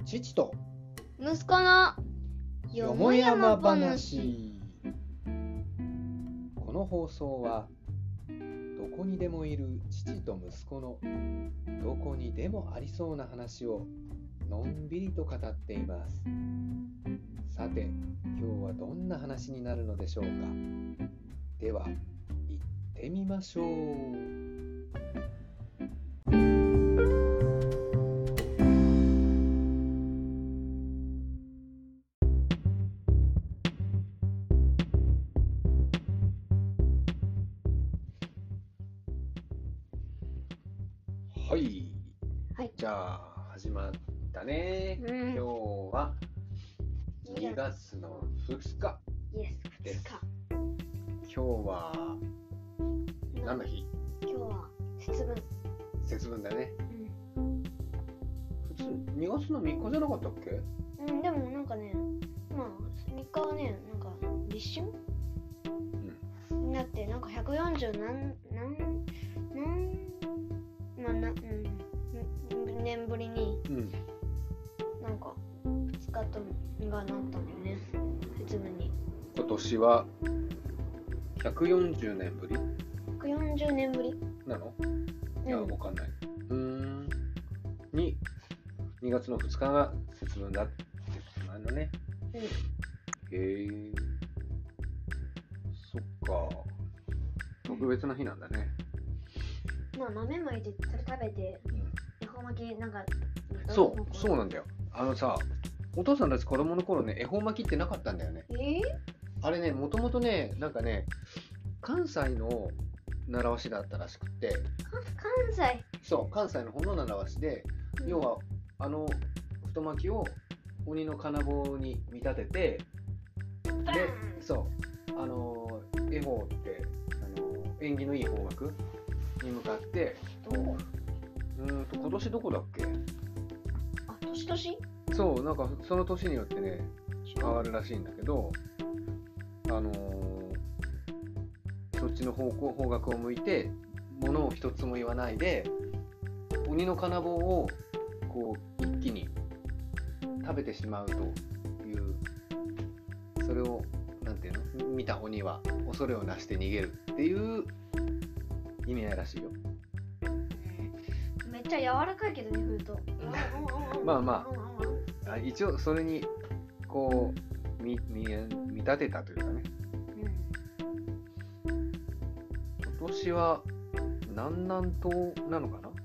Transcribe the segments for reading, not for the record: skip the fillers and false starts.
父と息子のよもやま話。この放送はどこにでもいる父と息子のどこにでもありそうな話をのんびりと語っています。さて、今日はどんな話になるのでしょうか。では行ってみましょう。はい、じゃあ始まったね。今日は2月の2日です。今日は何の日？ 今日は節分だね。普通2月の3日じゃなかったっけ？ でもなんかね、まあ3日はね、なんか立春？だってなんか140年ぶりになんか2日がなったんだよね、節分に。 今年は140年ぶり 140年ぶりなの？いや、わかんない。に2月の2日が節分だってことなのね。へえ、そっか、特別な日なんだね。 まあ豆まいてそれ食べて、恵方巻きなんかそうなんだよ。さ、お父さんたち子供の頃ね、恵方巻きってなかったんだよね。あれね、もともとね、なんかね、関西の習わしだったらしくて。 関西？そう、 関西の方の習わしで、要は太巻きを鬼の金棒に見立てて、で、恵方って縁起のいい方角に向かって、今年どこだっけ？ 年？ そう、なんかその年によってね変わるらしいんだけど、そっちの方角を向いて物を一つも言わないで鬼の金棒をこう一気に食べてしまうという、それをなんていうの、見た鬼は恐れをなして逃げるっていう意味合いらしいよ。 めっちゃ柔らかいけどね、振ると。 まあ一応それにこう見立てたというかね。今年は南南東なのかな？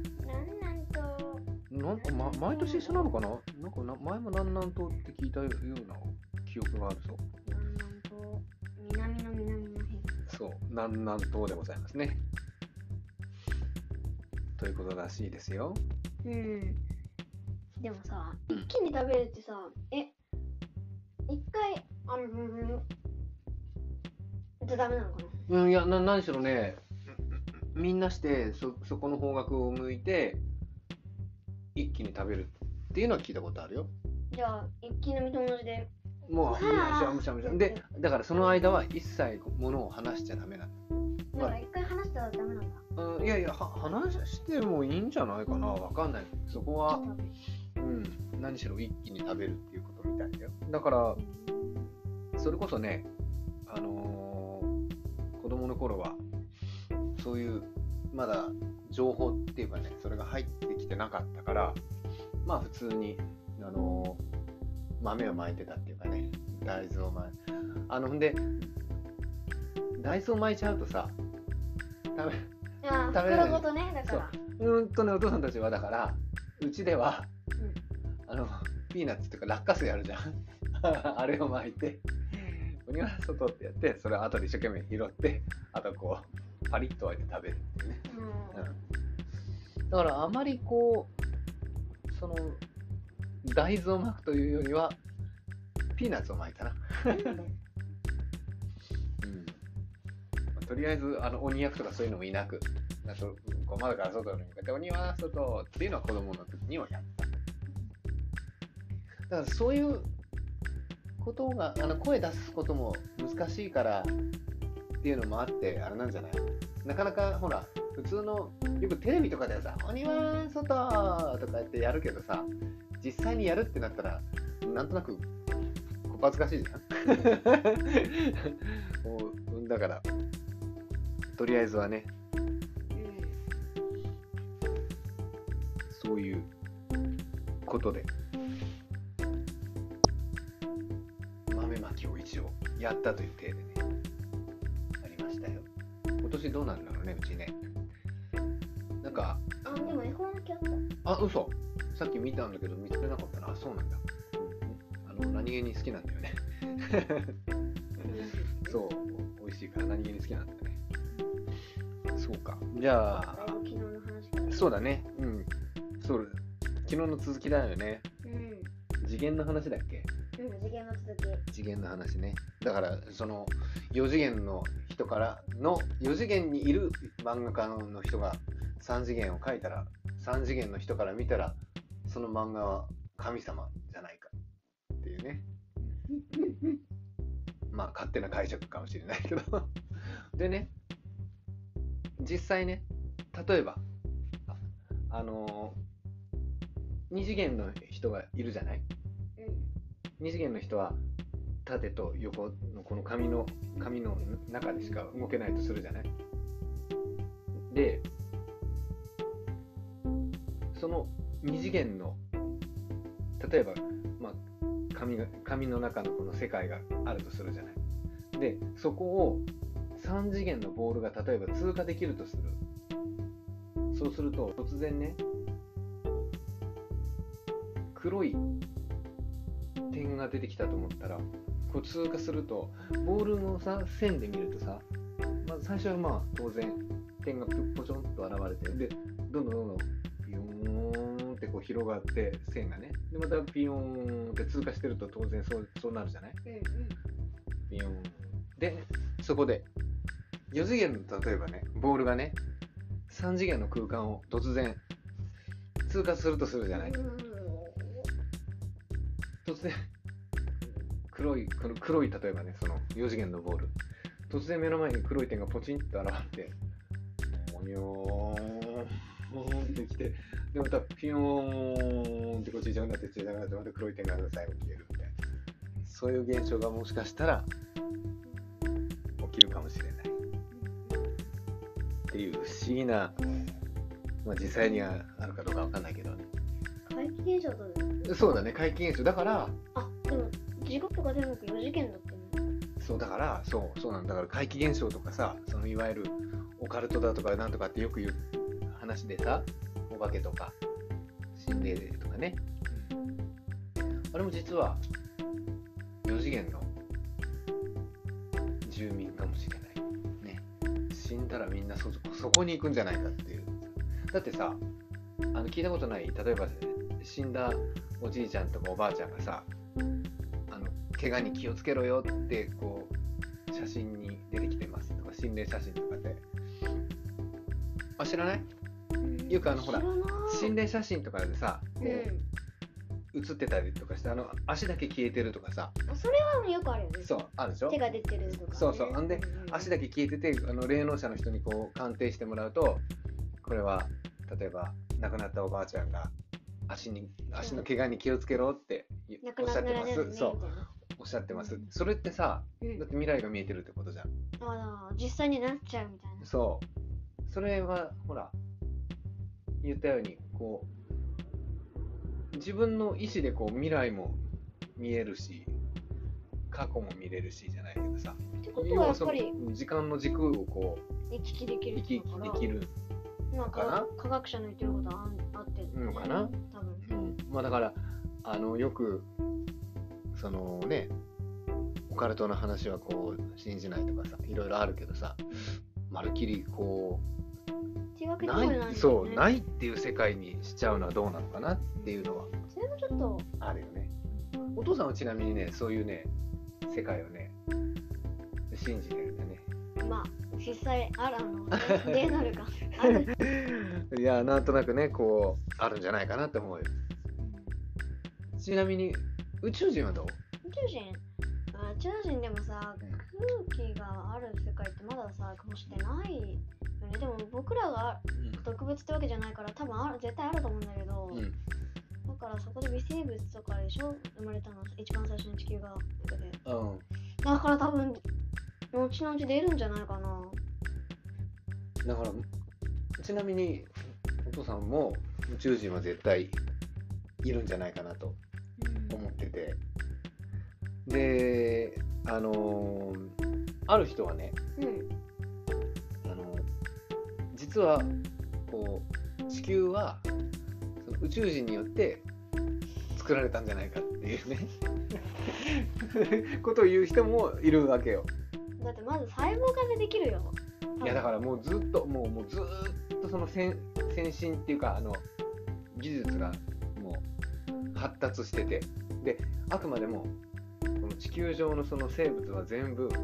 なんか、毎年一緒なのかな？なんか前も南南東って聞いたような記憶があるぞ。 南の辺。 そう、南南東でございますね。ということらしいですよ。 でもさ、一気に食べるってさ、一回ダメなのかな？ いや、何しろね、みんなしてそこの方角を向いて一気に食べるっていうのは聞いたことあるよ。 じゃあ一気飲みと同じでもうむしゃで、だからその間は一切物を離しちゃダメなの。だから一回離したらダメなんだ。 いや離してもいいんじゃないかな、わかんない。そこは何しろ一気に食べるっていうことみたいだよ。だからそれこそね、子供の頃はそういうまだ情報っていうかね、それが入ってきてなかったから、まあ普通に豆を巻いてたっていうかね、大豆を巻いて、んで大豆を巻いちゃうとさ、食べれない。 袋ごとね、だから。 お父さんたちはだから、うちではピーナッツっていうか落花生あるじゃん。あれを巻いて、鬼は外ってやって、それを後で一生懸命拾って、あとこうパリッと置いて食べるっていうね。だからあまりこうその大豆を巻くというよりはピーナッツを巻いたな。とりあえず鬼役とかそういうのもいなく、窓から外に向かって鬼は外っていうのは子供の時にはやった。だからそういうことが声出すことも難しいからっていうのもあって、あれなんじゃない？なかなかほら普通のよくテレビとかではさ、鬼は外とかやってやるけどさ、 実際にやるってなったらなんとなくこっぱずかしいじゃんもうだからとりあえずはね、そういうことで豆まきを一応やったという体でねありましたよ。今年どうなんだろうね、うちね。なんかでも絵本だけあった。 嘘、さっき見たんだけど見つけなかったな。あ、そうなんだ。何気に好きなんだよねそう、美味しいから何気に好きなんだよね。そうか、じゃあ昨日の話。 そうだね、そう昨日の続きだよね。次元の話だっけ。 次元の続き。 次元の話ね。だからその4次元の人からの4次元にいる漫画家の人が3次元を描いたら、3次元の人から見たらその漫画は神様じゃないかっていうねまあ勝手な解釈かもしれないけどでね、実際ね、例えば2次元の人がいるじゃない。2次元の人は縦と横のこの紙の中でしか動けないとするじゃない。でその2次元の例えば、紙の中のこの世界があるとするじゃない。でそこを3次元のボールが例えば通過できるとする。そうすると突然ね、黒い点が出てきたと思ったら、こう通過するとボールのさ線で見るとさ、まず最初は当然点がポチョンと現れて、でどんどんピヨーンってこう広がって線がね、でまたピヨーンって通過してると当然そうなるじゃない。ピヨーンでそこで4次元の例えばねボールがね3次元の空間を突然通過するとするじゃない。突然黒い例えばね、その4次元のボール、突然目の前に黒い点がポチンと現れて、モニョーンってきて、でまたピヨーンってこう小さくなってまた黒い点が最後消えるみたいな、そういう現象がもしかしたら起きるかもしれないっていう不思議な、実際にはあるかどうかわかんないけどね。 怪奇現象とそうだね、怪奇現象だから。 でも地獄とか天国4次元だったね。 そうだからそうなんだから、怪奇現象とかさ、そのいわゆるオカルトだとかなんとかってよく言う話でさ、お化けとか心霊とかね、あれも実は4次元の住民かもしれないね。死んだらみんなそこに行くんじゃないかっていう。だってさ、聞いたことない、例えば死んだおじいちゃんとかおばあちゃんがさ、怪我に気をつけろよってこう写真に出てきてますとか、心霊写真とかで、知らない？よくほら心霊写真とかでさ、写ってたりとかして、足だけ消えてるとかさ、 それはよくあるよね。 そうあるでしょ。 手が出てるとか、ね、 そうなんで、足だけ消えてて霊能者の人にこう鑑定してもらうと、これは例えば亡くなったおばあちゃんが足の怪我に気をつけろっておっしゃってます。そうおっしゃってます。それってさ、だって未来が見えてるってことじゃん。 実際になっちゃうみたいな。 それはほら言ったようにこう自分の意思でこう未来も見えるし過去も見れるしじゃないけどさ、 ってことはやっぱり時間の軸をこう行き来できるできるのかな。 科学者の言ってることは合ってるのかな、 多分。 だからよくそのね、オカルトの話はこう信じないとかさ、いろいろあるけどさ、まるっきりこうないっていう世界にしちゃうのはどうなのかなっていうのは、 それもちょっとあるよね。お父さんはちなみにね、そういうね世界をね信じてるんだね。 実際例なるかあるいや、なんとなくねこうあるんじゃないかなって思うよ。ちなみに宇宙人はどう？ 宇宙人でもさ、空気がある世界ってまださかもしれないよね。でも僕らが特別ってわけじゃないから、多分絶対あると思うんだけど、なんからそこで微生物とかでしょ生まれたの、一番最初に地球がで。 うん。 だから多分後々出るんじゃないかな。 だからちなみにお父さんも宇宙人は絶対いるんじゃないかなと思ってて、である人はね、実はこう地球はその宇宙人によって作られたんじゃないかっていうねことを言う人もいるわけよ。 だってまず細胞化でできるよ。 いやだからもうずっともうずっとその先進っていうか技術がもう発達してて、であくまでもこの地球上のその生物は全部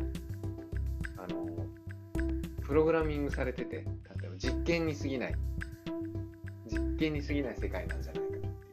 プログラミングされてて、例えば実験に過ぎない世界なんじゃないか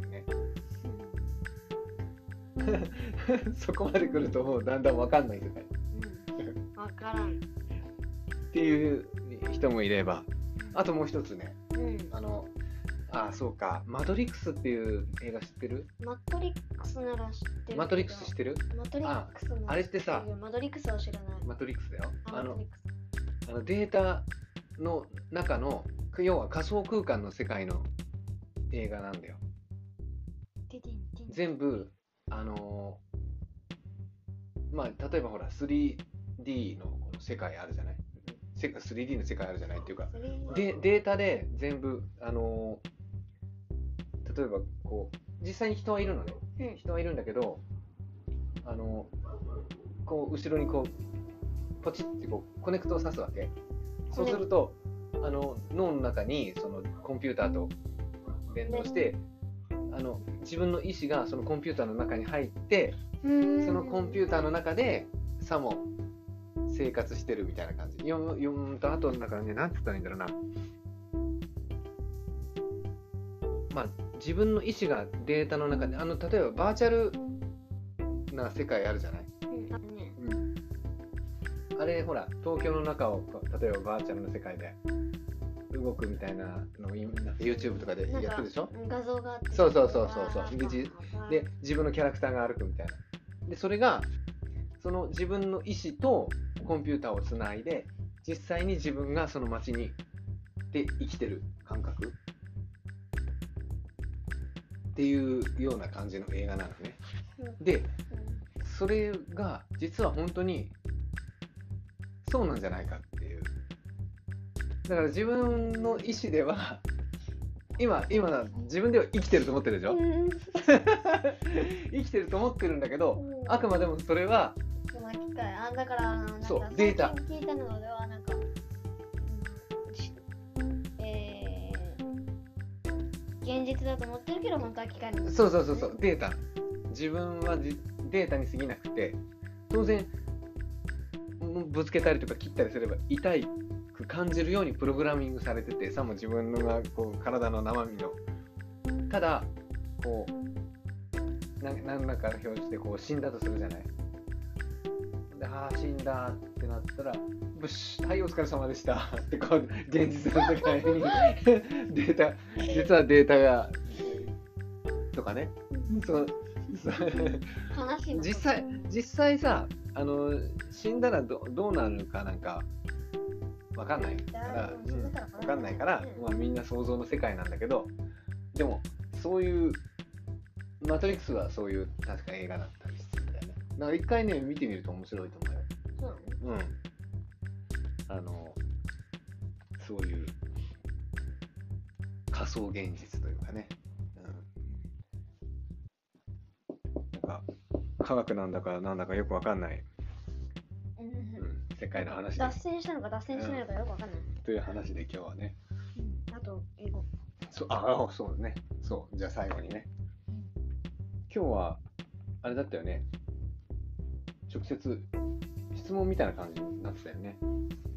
っていうねそこまで来るともうだんだん分かんない世界分からんっていう人もいれば、あともう一つね、そうか、マトリックスっていう映画知ってる？ マトリックスなら知ってる。 マトリックス知ってる？ マトリックスなら知ってる。 あれってさ、 マトリックスは知らない。 マトリックスだよ。 マトリックス。 データの中の要は仮想空間の世界の映画なんだよ。全部例えばほら 3D のこの世界あるじゃない？3D の世界あるじゃないっていうか、でデータで全部例えばこう実際に人はいるのね、人はいるんだけどこう後ろにこうポチッてこうコネクトを挿すわけ。そうすると脳の中にそのコンピューターと連動して自分の意思がそのコンピューターの中に入って、そのコンピューターの中でさも生活してるみたいな感じ。あとだからね、なんて言ったらいいんだろうな。自分の意思がデータの中で例えばバーチャルな世界あるじゃない？あれほら東京の中を例えばバーチャルの世界で動くみたいなのをYouTube とかでやってるでしょ？ 画像があって。 そうで自分のキャラクターが歩くみたいな。でそれがその自分の意思とコンピューターをつないで実際に自分がその街にで生きてる感覚っていうような感じの映画なのね。でそれが実は本当にそうなんじゃないかっていう。だから自分の意思では今自分では生きてると思ってるでしょ？生きてると思ってるんだけど、あくまでもそれはだからそうデータ聞いたのでは現実だと思ってるけど本当は機械なんです。 そうデータ。自分はデータに過ぎなくて、当然ぶつけたりとか切ったりすれば痛く感じるようにプログラミングされてて、さも自分がこう体の生身のただこう何らかの表示でこう死んだとするじゃない。で死んだってなったらブッシュはいお疲れ様でしたってこう現実の世界に実はデータがとかね、そう悲しい。 実際さ死んだらどうなるかなんか分かんないからみんな想像の世界なんだけど、でもそういうマトリックスはそういう確か映画だったりしてるんだよね。だから一回ね見てみると面白いと思うよ。そういう仮想現実というかね、なんか科学なんだかなんだかよくわかんない、世界の話脱線したのか脱線しないのかよくわかんない、 という話で今日はね、 あと英語。 そうね。じゃあ最後にね、今日はあれだったよね、直接質問みたいな感じになってたよね。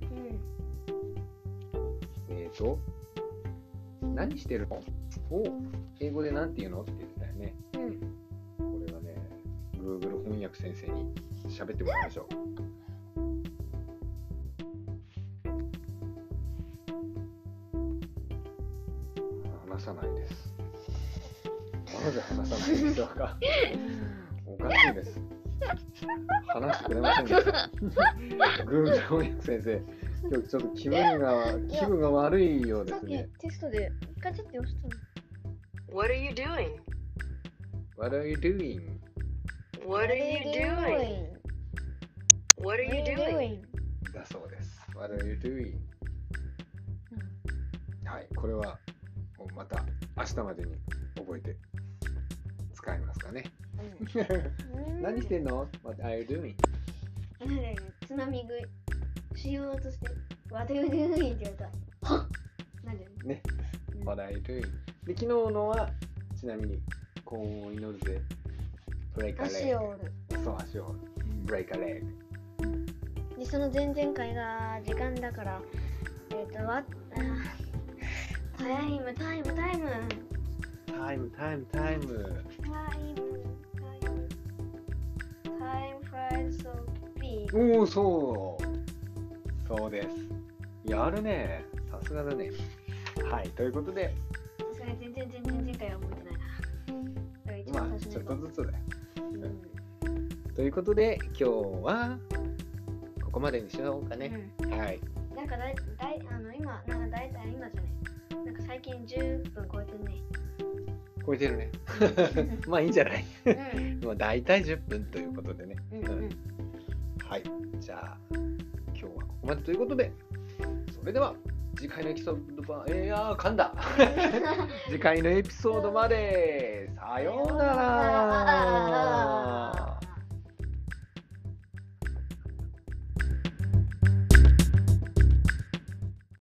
何してるのを英語で何て言うのって言ってたよね。これはね Google 翻訳先生に喋ってもらいましょう。話さないです。 なぜ話さないんでしょうか。おかしいです。話してくれませんでした。Google 翻訳先生、今日ちょっと気分が悪いようですね。 さっきテストでガチャって押したの。 What are you doing? What are you doing? What are you doing? What are you doing? だそうです。What are you doing? はい、これはまた明日までに覚えて使いますかね。何してんの ?What are you doing? つまみ食いしようとして What are you doing? って言われたらはっなんでね。What are you doing? で、昨日のはちなみに幸運を祈るぜ。Break a leg. 足を折る。 そう、足を折る。Break a leg. で、その前々回が時間だからタイムflies so big。 おお、そうです。やるね。さすがだね。はい、ということで、 それ全然回は覚えてないな。 まあちょっとずつだよ。ということで今日はここまでにしようかね。はい。 なんか今なんかだいたい今じゃね。なんか最近10分超えてるね。 超えてるね。まあいいんじゃない。まあ大体10分ということでね。はい。じゃあ今日はここまでということで、それでは次回のエピソード噛んだ。次回のエピソードまでさようなら。